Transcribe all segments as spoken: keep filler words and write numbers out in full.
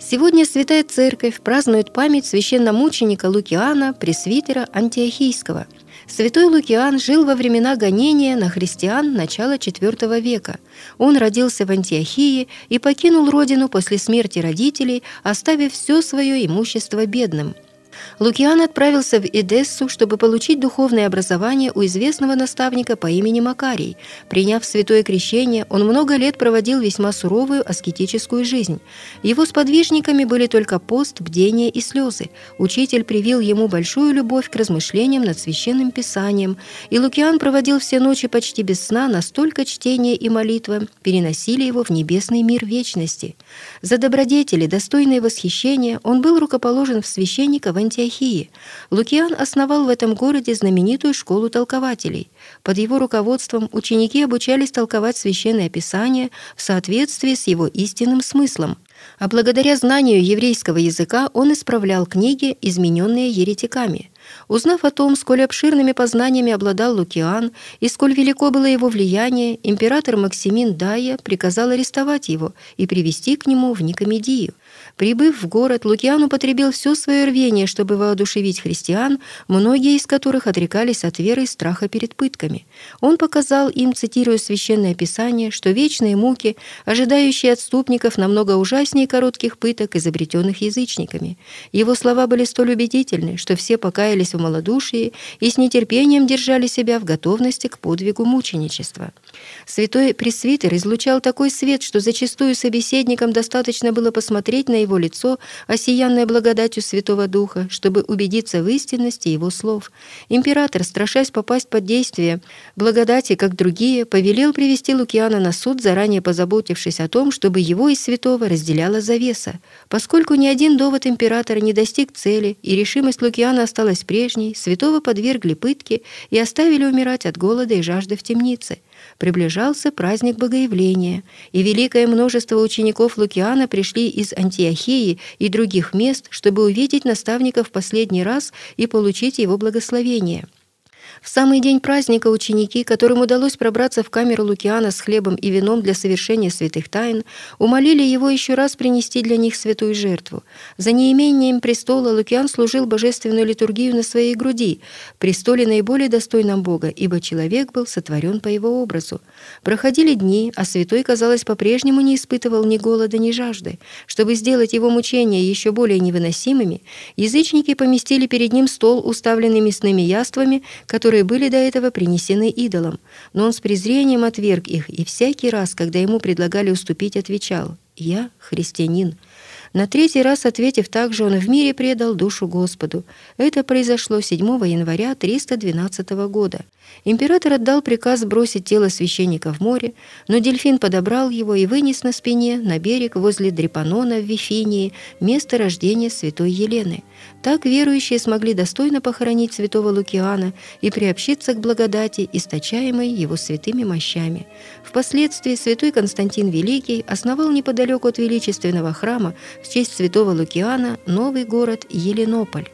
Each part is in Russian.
Сегодня Святая Церковь празднует память священномученика Лукиана, пресвитера Антиохийского. Святой Лукиан жил во времена гонения на христиан начала четвёртого века. Он родился в Антиохии и покинул родину после смерти родителей, оставив все свое имущество бедным. Лукиан отправился в Эдессу, чтобы получить духовное образование у известного наставника по имени Макарий. Приняв святое крещение, он много лет проводил весьма суровую аскетическую жизнь. Его сподвижниками были только пост, бдение и слезы. Учитель привил ему большую любовь к размышлениям над Священным Писанием, и Лукиан проводил все ночи почти без сна, настолько чтение и молитва переносили его в небесный мир вечности. За добродетели, достойные восхищения, он был рукоположен в священника в Антиохии. Лукиан основал в этом городе знаменитую школу толкователей. Под его руководством ученики обучались толковать Священное Писание в соответствии с его истинным смыслом. А благодаря знанию еврейского языка он исправлял книги, измененные еретиками. Узнав о том, сколь обширными познаниями обладал Лукиан и сколь велико было его влияние, император Максимин Дайя приказал арестовать его и привести к нему в Никомедию. Прибыв в город, Лукиан употребил все свое рвение, чтобы воодушевить христиан, многие из которых отрекались от веры и страха перед пытками. Он показал им, цитируя Священное Писание, что вечные муки, ожидающие отступников, намного ужаснее коротких пыток, изобретенных язычниками. Его слова были столь убедительны, что все покаялись в малодушии и с нетерпением держали себя в готовности к подвигу мученичества. Святой пресвитер излучал такой свет, что зачастую собеседникам достаточно было посмотреть на его лицо, осиянное благодатью Святого Духа, чтобы убедиться в истинности его слов. Император, страшась попасть под действие благодати, как другие, повелел привести Лукиана на суд, заранее позаботившись о том, чтобы его и святого разделяла завеса. Поскольку ни один довод императора не достиг цели, и решимость Лукиана осталась прежней, святого подвергли пытке и оставили умирать от голода и жажды в темнице. Приближался праздник Богоявления, и великое множество учеников Лукиана пришли из Антиохии и других мест, чтобы увидеть наставника в последний раз и получить его благословение. В самый день праздника ученики, которым удалось пробраться в камеру Лукиана с хлебом и вином для совершения святых тайн, умолили его еще раз принести для них святую жертву. За неимением престола Лукиан служил божественную литургию на своей груди, престоле наиболее достойном Бога, ибо человек был сотворен по его образу. Проходили дни, а святой, казалось, по-прежнему не испытывал ни голода, ни жажды. Чтобы сделать его мучения еще более невыносимыми, язычники поместили перед ним стол, уставленный мясными яствами, которые которые были до этого принесены идолам, но он с презрением отверг их, и всякий раз, когда ему предлагали уступить, отвечал: «Я христианин». На третий раз, ответив так же, он в мире предал душу Господу. Это произошло седьмого января триста двенадцатого года. Император отдал приказ бросить тело священника в море, но дельфин подобрал его и вынес на спине на берег возле Дрепанона в Вифинии, место рождения святой Елены. Так верующие смогли достойно похоронить святого Лукиана и приобщиться к благодати, источаемой его святыми мощами. Впоследствии святой Константин Великий основал неподалеку от величественного храма в честь святого Лукиана новый город Еленополь.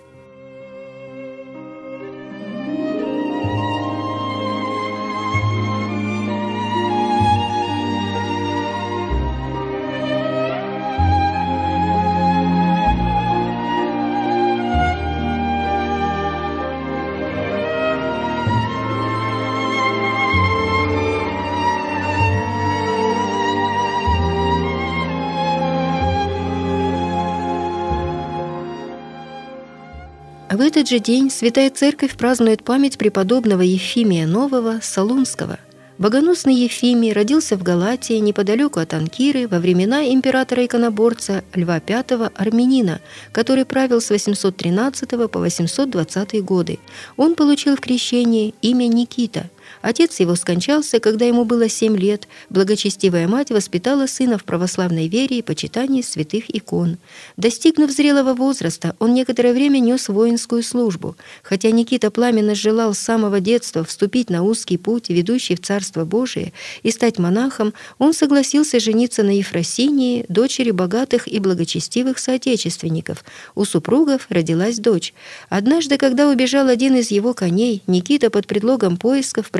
В этот же день Святая Церковь празднует память преподобного Ефимия Нового Солунского. Богоносный Ефимий родился в Галатии, неподалеку от Анкиры, во времена императора-иконоборца Льва Пятого Армянина, который правил с восемьсот тринадцатого по восемьсот двадцатые годы. Он получил в крещении имя Никита. Отец его скончался, когда ему было семь лет. Благочестивая мать воспитала сына в православной вере и почитании святых икон. Достигнув зрелого возраста, он некоторое время нес воинскую службу. Хотя Никита пламенно желал с самого детства вступить на узкий путь, ведущий в Царство Божие, и стать монахом, он согласился жениться на Ефросинии, дочери богатых и благочестивых соотечественников. У супругов родилась дочь. Однажды, когда убежал один из его коней, Никита под предлогом поисков просил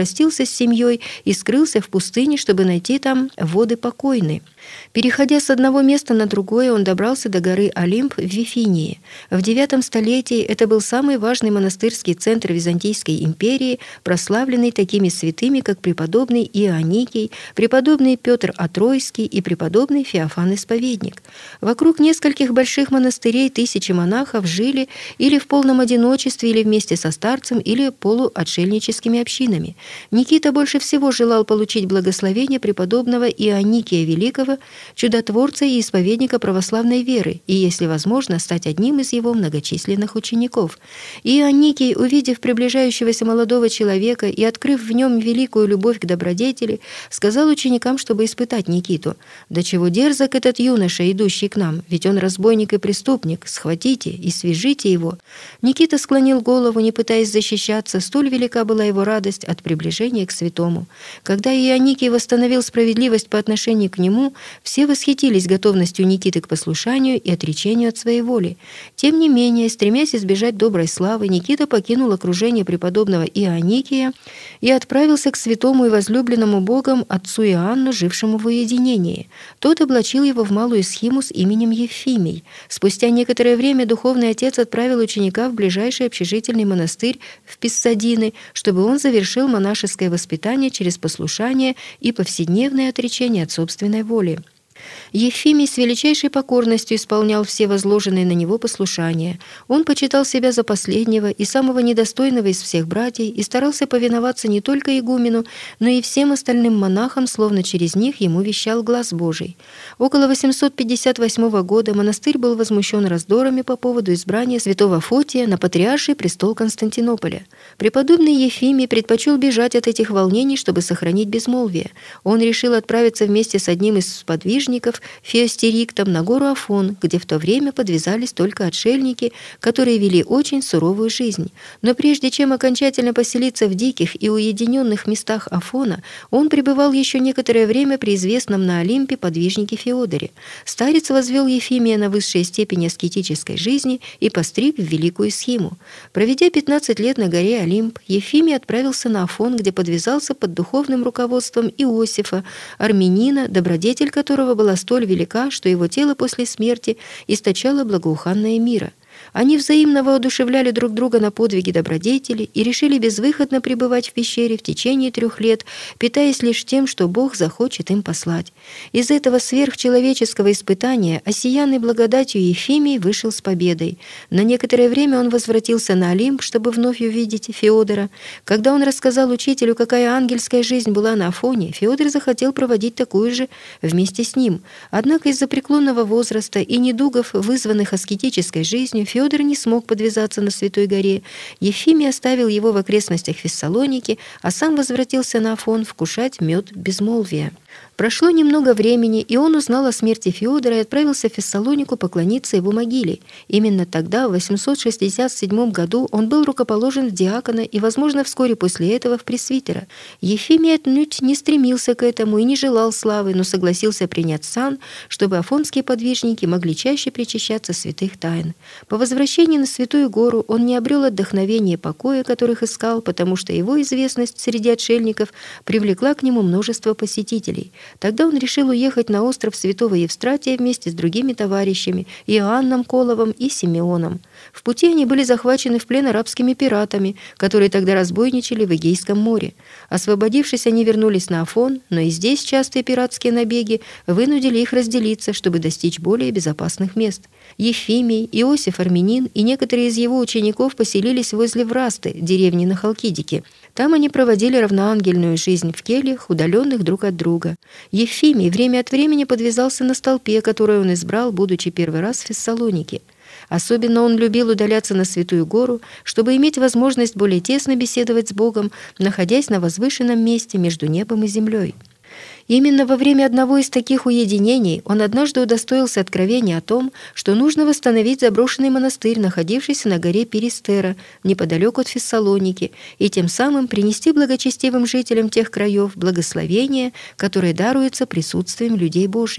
простился с семьей и скрылся в пустыне, чтобы найти там воды покойные. Переходя с одного места на другое, он добрался до горы Олимп в Вифинии. В девятом столетии это был самый важный монастырский центр Византийской империи, прославленный такими святыми, как преподобный Ионикий, преподобный Петр Отройский и преподобный Феофан Исповедник. Вокруг нескольких больших монастырей тысячи монахов жили или в полном одиночестве, или вместе со старцем, или полуотшельническими общинами. Никита больше всего желал получить благословение преподобного Ионикия Великого, чудотворца и исповедника православной веры, и, если возможно, стать одним из его многочисленных учеников. Ионикий, увидев приближающегося молодого человека и открыв в нем великую любовь к добродетели, сказал ученикам, чтобы испытать Никиту: «Да чего дерзок этот юноша, идущий к нам, ведь он разбойник и преступник, схватите и свяжите его». Никита склонил голову, не пытаясь защищаться, столь велика была его радость от приближения к святому. Когда Ионикий восстановил справедливость по отношению к нему, все восхитились готовностью Никиты к послушанию и отречению от своей воли. Тем не менее, стремясь избежать доброй славы, Никита покинул окружение преподобного Ионикия и отправился к святому и возлюбленному Богом отцу Иоанну, жившему в уединении. Тот облачил его в малую схиму с именем Ефимий. Спустя некоторое время духовный отец отправил ученика в ближайший общежительный монастырь в Писсадины, чтобы он завершил монашеское воспитание через послушание и повседневное отречение от собственной воли. Ефимий с величайшей покорностью исполнял все возложенные на него послушания. Он почитал себя за последнего и самого недостойного из всех братьев и старался повиноваться не только игумену, но и всем остальным монахам, словно через них ему вещал глаз Божий. Около восемьсот пятьдесят восьмого года монастырь был возмущен раздорами по поводу избрания святого Фотия на патриарший престол Константинополя. Преподобный Ефимий предпочел бежать от этих волнений, чтобы сохранить безмолвие. Он решил отправиться вместе с одним из сподвижников, Феостериктом, на гору Афон, где в то время подвязались только отшельники, которые вели очень суровую жизнь. Но прежде чем окончательно поселиться в диких и уединенных местах Афона, он пребывал еще некоторое время при известном на Олимпе подвижнике Феодоре. Старец возвел Ефимия на высшие степени аскетической жизни и постриг в великую схиму. Проведя пятнадцать лет на горе Олимп, Ефимий отправился на Афон, где подвязался под духовным руководством Иосифа, армянина, добродетель которого была столь велика, что его тело после смерти источало благоуханное мира. Они взаимно воодушевляли друг друга на подвиги добродетели и решили безвыходно пребывать в пещере в течение трех лет, питаясь лишь тем, что Бог захочет им послать. Из этого сверхчеловеческого испытания, осиянный благодатью, Ефимий вышел с победой. На некоторое время он возвратился на Олимп, чтобы вновь увидеть Феодора. Когда он рассказал учителю, какая ангельская жизнь была на Афоне, Феодор захотел проводить такую же вместе с ним. Однако из-за преклонного возраста и недугов, вызванных аскетической жизнью, Феодор не смог подвязаться на Святой горе. Ефимий оставил его в окрестностях Фессалоники, а сам возвратился на Афон вкушать мед безмолвия. Прошло немного времени, и он узнал о смерти Феодора и отправился в Фессалонику поклониться его могиле. Именно тогда, в восемьсот шестьдесят седьмом году, он был рукоположен в диакона и, возможно, вскоре после этого в пресвитера. Ефимий отнюдь не стремился к этому и не желал славы, но согласился принять сан, чтобы афонские подвижники могли чаще причащаться святых тайн. По возвращении на Святую гору он не обрел отдохновения и покоя, которых искал, потому что его известность среди отшельников привлекла к нему множество посетителей. Тогда он решил уехать на остров Святого Евстратия вместе с другими товарищами Иоанном Коловым и Симеоном. В пути они были захвачены в плен арабскими пиратами, которые тогда разбойничали в Эгейском море. Освободившись, они вернулись на Афон, но и здесь частые пиратские набеги вынудили их разделиться, чтобы достичь более безопасных мест. Ефимий, Иосиф Армянин и некоторые из его учеников поселились возле Врасты, деревни на Халкидике. Там они проводили равноангельную жизнь в кельях, удаленных друг от друга. Ефимий время от времени подвязался на столпе, который он избрал, будучи первый раз в Фессалонике. Особенно он любил удаляться на Святую гору, чтобы иметь возможность более тесно беседовать с Богом, находясь на возвышенном месте между небом и землей. Именно во время одного из таких уединений он однажды удостоился откровения о том, что нужно восстановить заброшенный монастырь, находившийся на горе Перистера, неподалеку от Фессалоники, и тем самым принести благочестивым жителям тех краев благословение, которое даруется присутствием людей Божьих.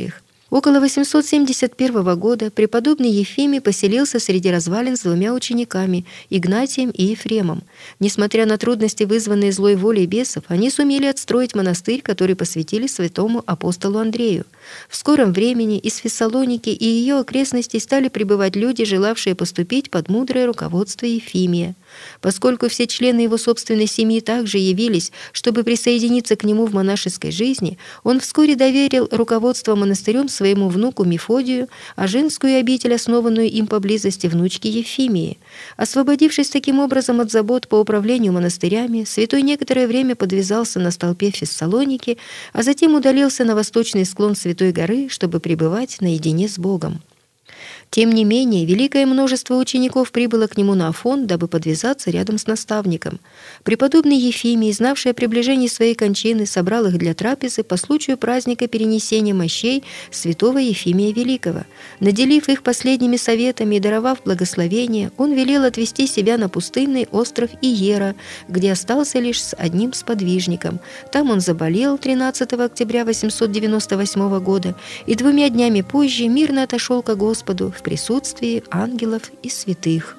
Около восемьсот семьдесят первого года преподобный Ефимий поселился среди развалин с двумя учениками – Игнатием и Ефремом. Несмотря на трудности, вызванные злой волей бесов, они сумели отстроить монастырь, который посвятили святому апостолу Андрею. В скором времени из Фессалоники и ее окрестностей стали прибывать люди, желавшие поступить под мудрое руководство Ефимия. Поскольку все члены его собственной семьи также явились, чтобы присоединиться к нему в монашеской жизни, он вскоре доверил руководство монастырем своему внуку Мефодию, а женскую обитель, основанную им поблизости, внучке Ефимии. Освободившись таким образом от забот по управлению монастырями, святой некоторое время подвязался на столпе в Фессалонике, а затем удалился на восточный склон Святой горы, чтобы пребывать наедине с Богом. Тем не менее, великое множество учеников прибыло к нему на Афон, дабы подвязаться рядом с наставником. Преподобный Ефимий, знавший о приближении своей кончины, собрал их для трапезы по случаю праздника перенесения мощей святого Ефимия Великого. Наделив их последними советами и даровав благословение, он велел отвести себя на пустынный остров Иера, где остался лишь с одним сподвижником. Там он заболел тринадцатого октября восемьсот девяносто восьмого года и двумя днями позже мирно отошел ко Господу в присутствии ангелов и святых.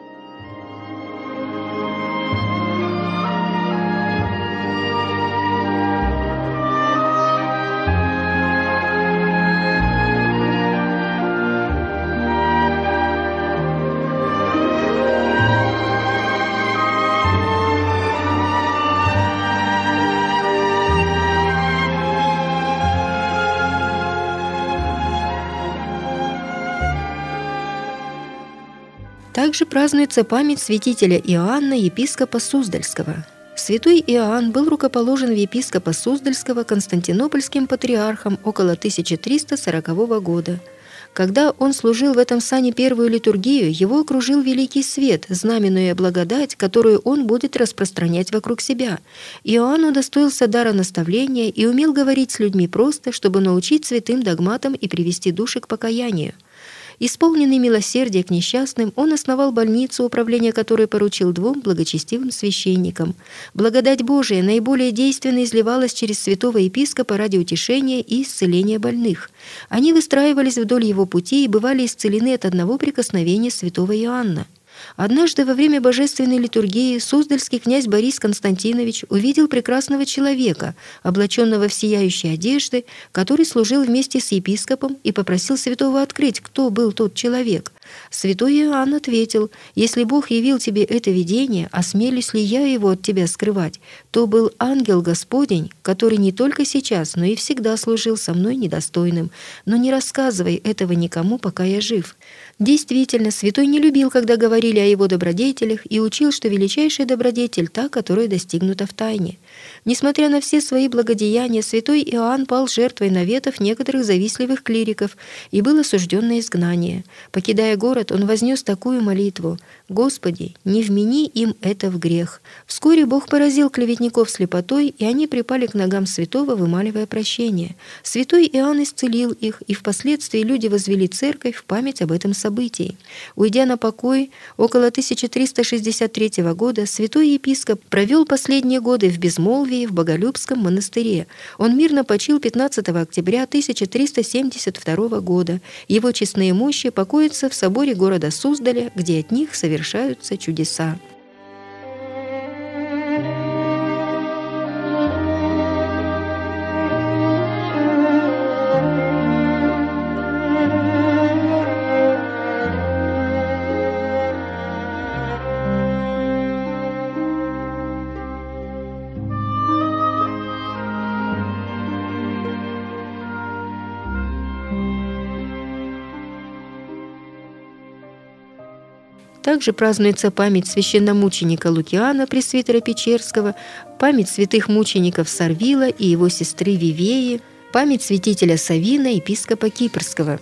Также празднуется память святителя Иоанна, епископа Суздальского. Святой Иоанн был рукоположен в епископа Суздальского константинопольским патриархом около тысяча триста сорокового года. Когда он служил в этом сане первую литургию, его окружил великий свет, знаменуя благодать, которую он будет распространять вокруг себя. Иоанн удостоился дара наставления и умел говорить с людьми просто, чтобы научить святым догматам и привести души к покаянию. Исполненный милосердия к несчастным, он основал больницу, управление которой поручил двум благочестивым священникам. Благодать Божия наиболее действенно изливалась через святого епископа ради утешения и исцеления больных. Они выстраивались вдоль его пути и бывали исцелены от одного прикосновения святого Иоанна. Однажды во время божественной литургии суздальский князь Борис Константинович увидел прекрасного человека, облаченного в сияющие одежды, который служил вместе с епископом, и попросил святого открыть, кто был тот человек. Святой Иоанн ответил: «Если Бог явил тебе это видение, осмелюсь ли я его от тебя скрывать? То был ангел Господень, который не только сейчас, но и всегда служил со мной недостойным. Но не рассказывай этого никому, пока я жив». Действительно, святой не любил, когда говорили о его добродетелях, и учил, что величайшая добродетель — та, которая достигнута в тайне. Несмотря на все свои благодеяния, святой Иоанн пал жертвой наветов некоторых завистливых клириков и был осужден на изгнание. Покидая город, он вознес такую молитву: «Господи, не вмени им это в грех». Вскоре Бог поразил клеветников слепотой, и они припали к ногам святого, вымаливая прощение. Святой Иоанн исцелил их, и впоследствии люди возвели церковь в память об этом событии. Уйдя на покой около тысяча триста шестьдесят третьего года, святой епископ провел последние годы в безмолвии в Боголюбском монастыре. Он мирно почил пятнадцатого октября тысяча триста семьдесят второго года. Его честные мощи покоятся в соборе города Суздаля, где от них совершаются чудеса. Также празднуется память священномученика Лукиана, пресвитера Печерского, память святых мучеников Сарвила и его сестры Вивеи, память святителя Савина, епископа Кипрского.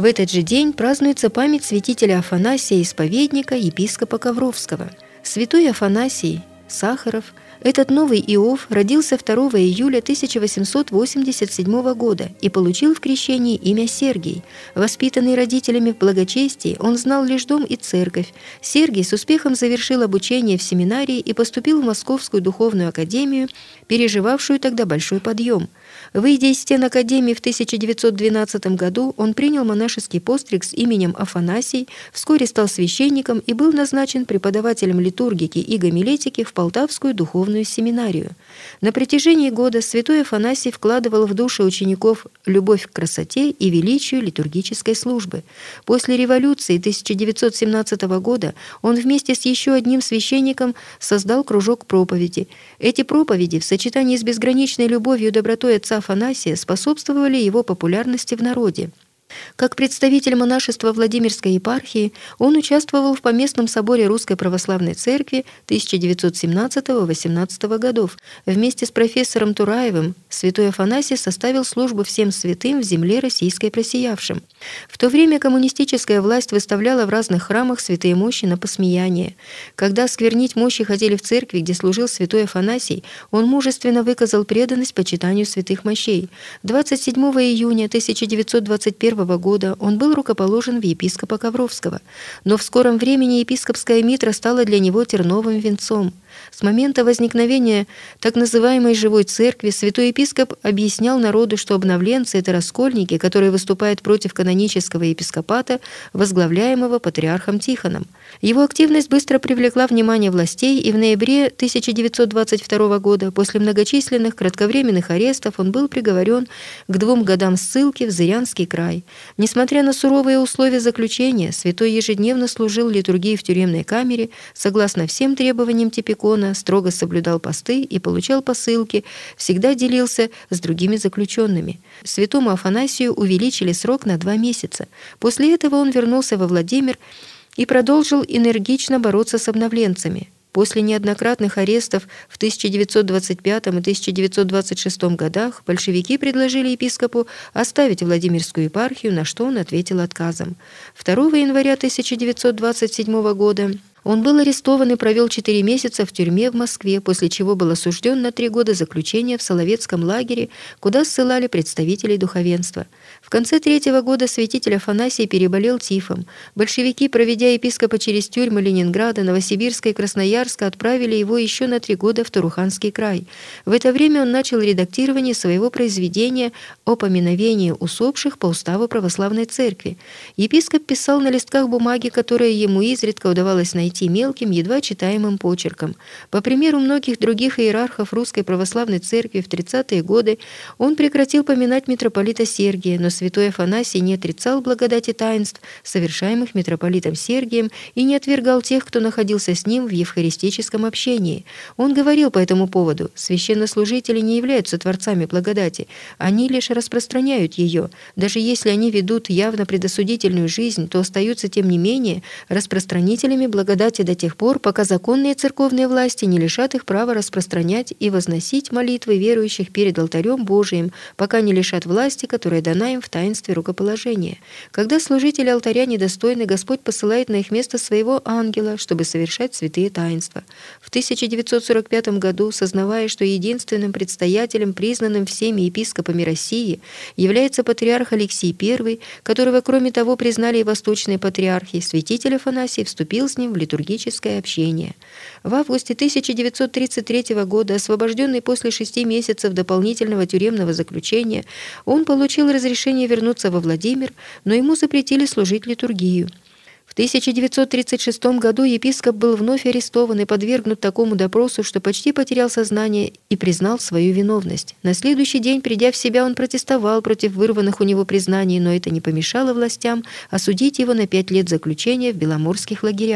В этот же день празднуется память святителя Афанасия Исповедника, епископа Ковровского. Святой Афанасий Сахаров, этот новый Иов, родился второго июля тысяча восемьсот восемьдесят седьмого года и получил в крещении имя Сергий. Воспитанный родителями в благочестии, он знал лишь дом и церковь. Сергий с успехом завершил обучение в семинарии и поступил в Московскую духовную академию, переживавшую тогда большой подъем. Выйдя из стен академии в тысяча девятьсот двенадцатом году, он принял монашеский постриг с именем Афанасий, вскоре стал священником и был назначен преподавателем литургики и гомилетики в Полтавскую духовную семинарию. На протяжении года святой Афанасий вкладывал в души учеников любовь к красоте и величию литургической службы. После революции тысяча девятьсот семнадцатого года он вместе с еще одним священником создал кружок проповеди. Эти проповеди в сочетании с безграничной любовью и добротой отца Афанасия способствовали его популярности в народе. Как представитель монашества Владимирской епархии он участвовал в Поместном соборе Русской Православной Церкви тысяча девятьсот семнадцатого — восемнадцатого годов. Вместе с профессором Тураевым святой Афанасий составил службу всем святым в земле российской просиявшим. В то время коммунистическая власть выставляла в разных храмах святые мощи на посмеяние. Когда сквернить мощи хотели в церкви, где служил святой Афанасий, он мужественно выказал преданность почитанию святых мощей. двадцать седьмого июня тысяча девятьсот двадцать первого года он был рукоположен в епископа Ковровского, но в скором времени епископская митра стала для него терновым венцом. С момента возникновения так называемой «живой церкви» святой епископ объяснял народу, что обновленцы — это раскольники, которые выступают против канонического епископата, возглавляемого патриархом Тихоном. Его активность быстро привлекла внимание властей, и в ноябре тысяча девятьсот двадцать второго года после многочисленных кратковременных арестов он был приговорен к двум годам ссылки в Зырянский край. Несмотря на суровые условия заключения, святой ежедневно служил литургии в тюремной камере, согласно всем требованиям Типикона, строго соблюдал посты и получал посылки, всегда делился с другими заключенными. Святому Афанасию увеличили срок на два месяца. После этого он вернулся во Владимир и продолжил энергично бороться с обновленцами. После неоднократных арестов в тысяча девятьсот двадцать пятом и тысяча девятьсот двадцать шестом годах большевики предложили епископу оставить Владимирскую епархию, на что он ответил отказом. второго января тысяча девятьсот двадцать седьмого года он был арестован и провел четыре месяца в тюрьме в Москве, после чего был осужден на три года заключения в Соловецком лагере, куда ссылали представителей духовенства. В конце третьего года святитель Афанасий переболел тифом. Большевики, проведя епископа через тюрьмы Ленинграда, Новосибирска и Красноярска, отправили его еще на три года в Туруханский край. В это время он начал редактирование своего произведения о поминовении усопших по уставу православной церкви. Епископ писал на листках бумаги, которые ему изредка удавалось найти мелким, едва читаемым почерком. По примеру многих других иерархов Русской Православной Церкви в тридцатые годы он прекратил поминать митрополита Сергия, но святой Афанасий не отрицал благодати таинств, совершаемых митрополитом Сергием, и не отвергал тех, кто находился с ним в евхаристическом общении. Он говорил по этому поводу: священнослужители не являются творцами благодати, они лишь распространяют ее. Даже если они ведут явно предосудительную жизнь, то остаются тем не менее распространителями благодати до тех пор, пока законные церковные власти не лишат их права распространять и возносить молитвы верующих перед алтарем Божиим, пока не лишат власти, которая дана им в таинстве рукоположения. Когда служители алтаря недостойны, Господь посылает на их место своего ангела, чтобы совершать святые таинства. В тысяча девятьсот сорок пятом году, сознавая, что единственным предстоятелем, признанным всеми епископами России, является патриарх Алексий Первый, которого, кроме того, признали и восточные патриархи, святитель Афанасий вступил с ним в литургическое общение. В августе тысяча девятьсот тридцать третьего года, освобожденный после шести месяцев дополнительного тюремного заключения, он получил разрешение вернуться во Владимир, но ему запретили служить литургию. В тысяча девятьсот тридцать шестом году епископ был вновь арестован и подвергнут такому допросу, что почти потерял сознание и признал свою виновность. На следующий день, придя в себя, он протестовал против вырванных у него признаний, но это не помешало властям осудить его на пять лет заключения в беломорских лагерях.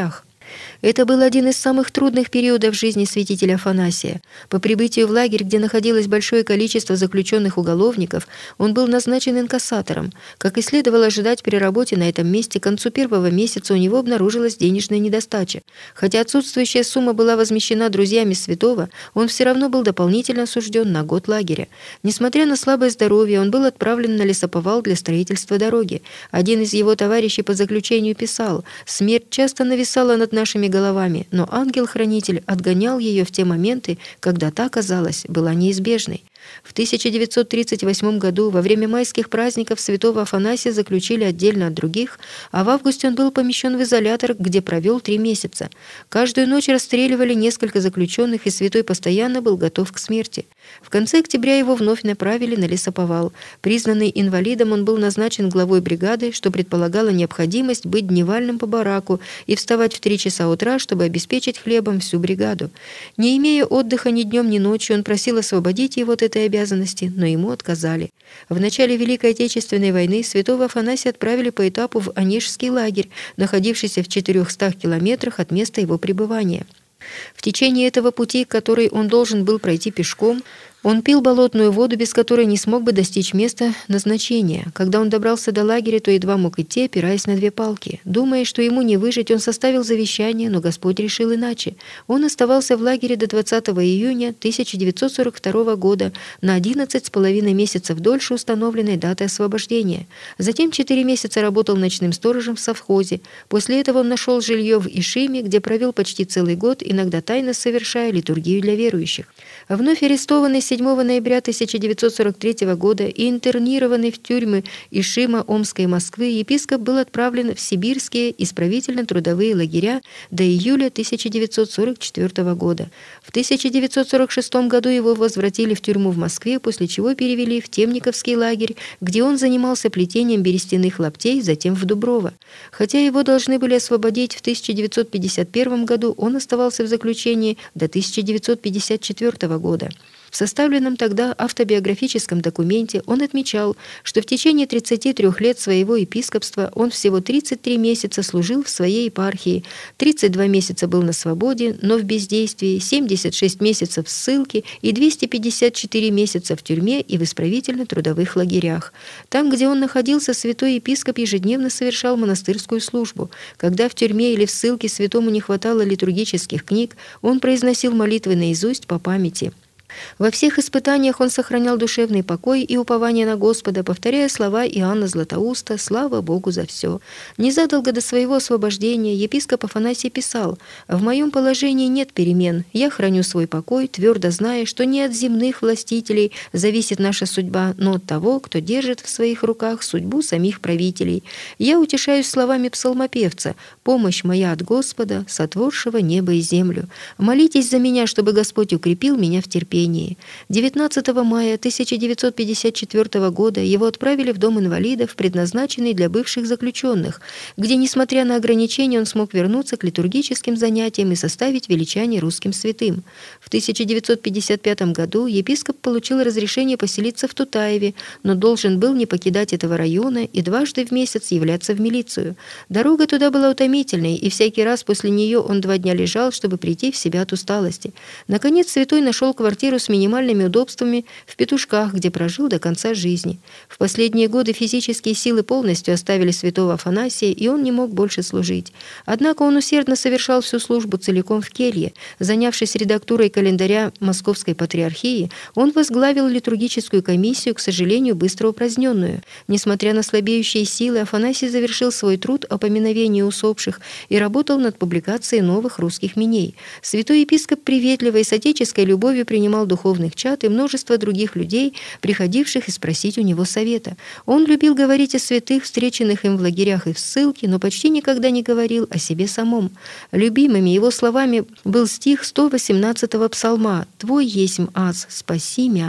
Это был один из самых трудных периодов жизни святителя Афанасия. По прибытию в лагерь, где находилось большое количество заключенных уголовников, он был назначен инкассатором. Как и следовало ожидать при работе на этом месте, к концу первого месяца у него обнаружилась денежная недостача. Хотя отсутствующая сумма была возмещена друзьями святого, он все равно был дополнительно осужден на год лагеря. Несмотря на слабое здоровье, он был отправлен на лесоповал для строительства дороги. Один из его товарищей по заключению писал: «Смерть часто нависала над нашими головами, но ангел-хранитель отгонял ее в те моменты, когда та, казалось, была неизбежной». В тысяча девятьсот тридцать восьмом году во время майских праздников святого Афанасия заключили отдельно от других, а в августе он был помещен в изолятор, где провел три месяца. Каждую ночь расстреливали несколько заключенных, и святой постоянно был готов к смерти. В конце октября его вновь направили на лесоповал. Признанный инвалидом, он был назначен главой бригады, что предполагало необходимость быть дневальным по бараку и вставать в три часа утра, чтобы обеспечить хлебом всю бригаду. Не имея отдыха ни днем, ни ночью, он просил освободить его от этой обязанности, но ему отказали. В начале Великой Отечественной войны святого Афанасия отправили по этапу в Онежский лагерь, находившийся в четырехстах километрах от места его пребывания. В течение этого пути, который он должен был пройти пешком, он пил болотную воду, без которой не смог бы достичь места назначения. Когда он добрался до лагеря, то едва мог идти, опираясь на две палки. Думая, что ему не выжить, он составил завещание, но Господь решил иначе. Он оставался в лагере до двадцатого июня тысяча девятьсот сорок второго года, на одиннадцать с половиной месяцев дольше установленной даты освобождения. Затем четыре месяца работал ночным сторожем в совхозе. После этого он нашел жилье в Ишиме, где провел почти целый год, иногда тайно совершая литургию для верующих. Вновь арестованный седьмого ноября тысяча девятьсот сорок третьего года и интернированный в тюрьмы Ишима, Омска и Москвы, епископ был отправлен в сибирские исправительно-трудовые лагеря до июля тысяча девятьсот сорок четвёртого года. В тысяча девятьсот сорок шестом году его возвратили в тюрьму в Москве, после чего перевели в Темниковский лагерь, где он занимался плетением берестяных лаптей, затем в Дуброво. Хотя его должны были освободить в тысяча девятьсот пятьдесят первом году, он оставался в заключении до тысяча девятьсот пятьдесят четвёртого года. В составленном тогда автобиографическом документе он отмечал, что в течение тридцати трёх лет своего епископства он всего тридцать три месяца служил в своей епархии, тридцать два месяца был на свободе, но в бездействии, семьдесят шесть месяцев в ссылке и двести пятьдесят четыре месяца в тюрьме и в исправительно-трудовых лагерях. Там, где он находился, святой епископ ежедневно совершал монастырскую службу. Когда в тюрьме или в ссылке святому не хватало литургических книг, он произносил молитвы наизусть по памяти. Во всех испытаниях он сохранял душевный покой и упование на Господа, повторяя слова Иоанна Златоуста «Слава Богу за все». Незадолго до своего освобождения епископ Афанасий писал: «В моем положении нет перемен. Я храню свой покой, твердо зная, что не от земных властителей зависит наша судьба, но от того, кто держит в своих руках судьбу самих правителей. Я утешаюсь словами псалмопевца: «Помощь моя от Господа, сотворшего небо и землю. Молитесь за меня, чтобы Господь укрепил меня в терпении». девятнадцатого мая тысяча девятьсот пятьдесят четвёртого года его отправили в дом инвалидов, предназначенный для бывших заключенных, где, несмотря на ограничения, он смог вернуться к литургическим занятиям и составить величание русским святым. В тысяча девятьсот пятьдесят пятом году епископ получил разрешение поселиться в Тутаеве, но должен был не покидать этого района и дважды в месяц являться в милицию. Дорога туда была утомительной, и всякий раз после нее он два дня лежал, чтобы прийти в себя от усталости. Наконец святой нашел квартиру с минимальными удобствами в Петушках, где прожил до конца жизни. В последние годы физические силы полностью оставили святого Афанасия, и он не мог больше служить. Однако он усердно совершал всю службу целиком в келье. Занявшись редактурой календаря Московской Патриархии, он возглавил литургическую комиссию, к сожалению, быстро упраздненную. Несмотря на слабеющие силы, Афанасий завершил свой труд о поминовении усопших и работал над публикацией новых русских миней. Святой епископ приветливо и с отеческой любовью принимал духовных чад и множество других людей, приходивших и спросить у него совета. Он любил говорить о святых, встреченных им в лагерях и в ссылке, но почти никогда не говорил о себе самом. Любимыми его словами был стих сто восемнадцатого псалма «Твой есмь аз, спаси мя».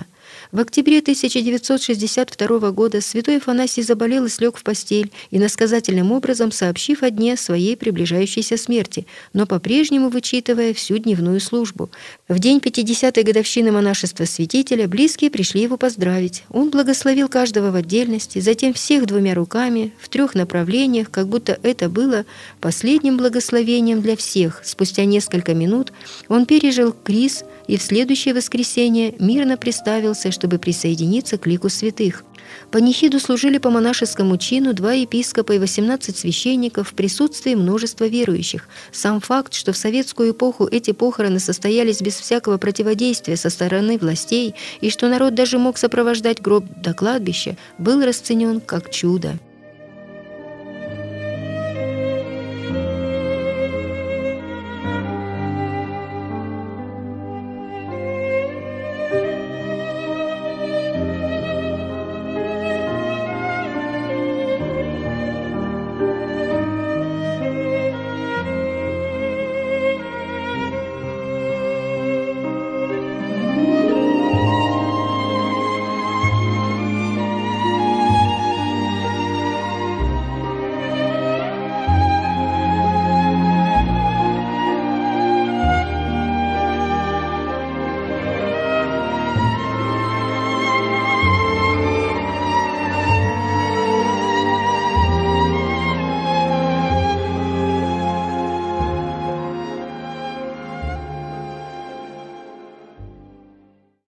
В октябре тысяча девятьсот шестьдесят второго года святой Афанасий заболел и слег в постель, иносказательным образом сообщив о дне своей приближающейся смерти, но по-прежнему вычитывая всю дневную службу. В день пятидесятой годовщины монашества святителя близкие пришли его поздравить. Он благословил каждого в отдельности, затем всех двумя руками, в трех направлениях, как будто это было последним благословением для всех. Спустя несколько минут он пережил криз и в следующее воскресенье мирно приставился, чтобы присоединиться к лику святых. Панихиду служили по монашескому чину два епископа и восемнадцать священников в присутствии множества верующих. Сам факт, что в советскую эпоху эти похороны состоялись без всякого противодействия со стороны властей и что народ даже мог сопровождать гроб до кладбища, был расценен как чудо.